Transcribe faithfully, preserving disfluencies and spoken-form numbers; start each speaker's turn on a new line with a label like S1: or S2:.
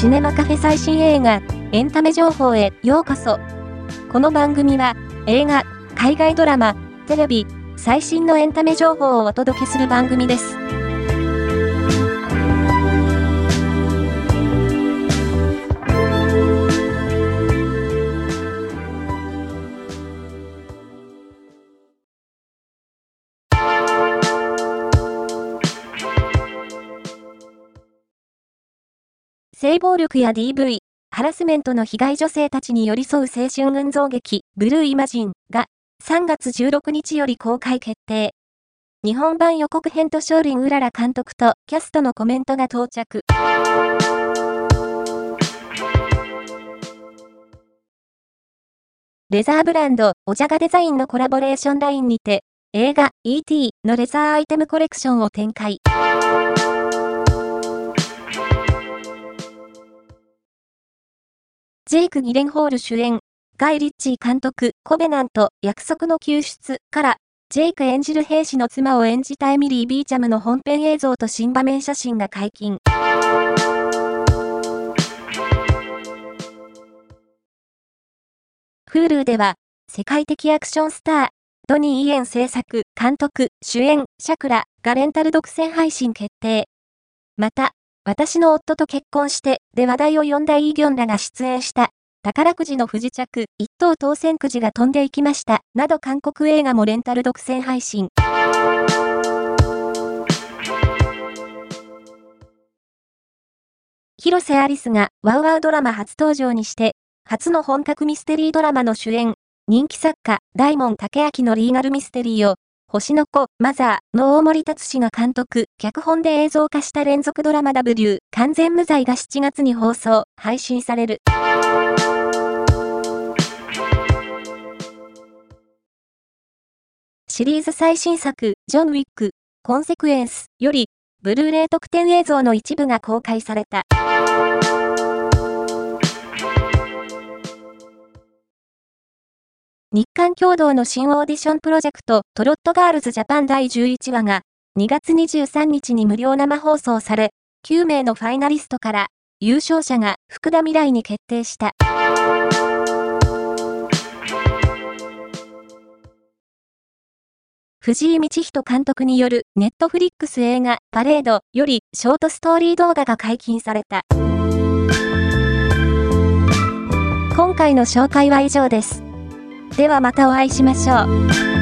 S1: シネマカフェ最新映画、エンタメ情報へようこそ。この番組は、映画、海外ドラマ、テレビ、最新のエンタメ情報をお届けする番組です。性暴力や ディーブイ、ハラスメントの被害女性たちに寄り添う青春群像劇、ブルーイマジンがさんがつじゅうろくにちより公開決定。日本版予告編と松林うらら監督とキャストのコメントが到着。レザーブランド、オジャガデザインのコラボレーションラインにて、映画 イーティー のレザーアイテムコレクションを展開。ジェイク・ギレンホール主演、ガイ・リッチー監督、コベナント、約束の救出から、ジェイク演じる兵士の妻を演じたエミリー・ビーチャムの本編映像と新場面写真が解禁。Hulu では、世界的アクションスター、ドニー・イエン制作、監督、主演、シャクラがレンタル独占配信決定。また、私の夫と結婚してで話題を呼んだイ・ギョンらが出演した宝くじの不時着一等当選くじが飛んでいきましたなど韓国映画もレンタル独占配信。広瀬アリスがワウワウドラマ初登場にして初の本格ミステリードラマの主演、人気作家大門武明のリーガルミステリーを星の子、マザーの大森達志が監督、脚本で映像化した連続ドラマ ダブリュー 完全無罪がしちがつに放送、配信される。シリーズ最新作、ジョン・ウィック、コンセクエンスより、ブルーレイ特典映像の一部が公開された。日韓共同の新オーディションプロジェクトトロットガールズジャパンだいじゅういちわがにがつにじゅうさんにちに無料生放送され、きゅうめいのファイナリストから優勝者が福田未来に決定した。藤井道人監督によるネットフリックス映画パレードよりショートストーリー動画が解禁された。今回の紹介は以上です。ではまたお会いしましょう。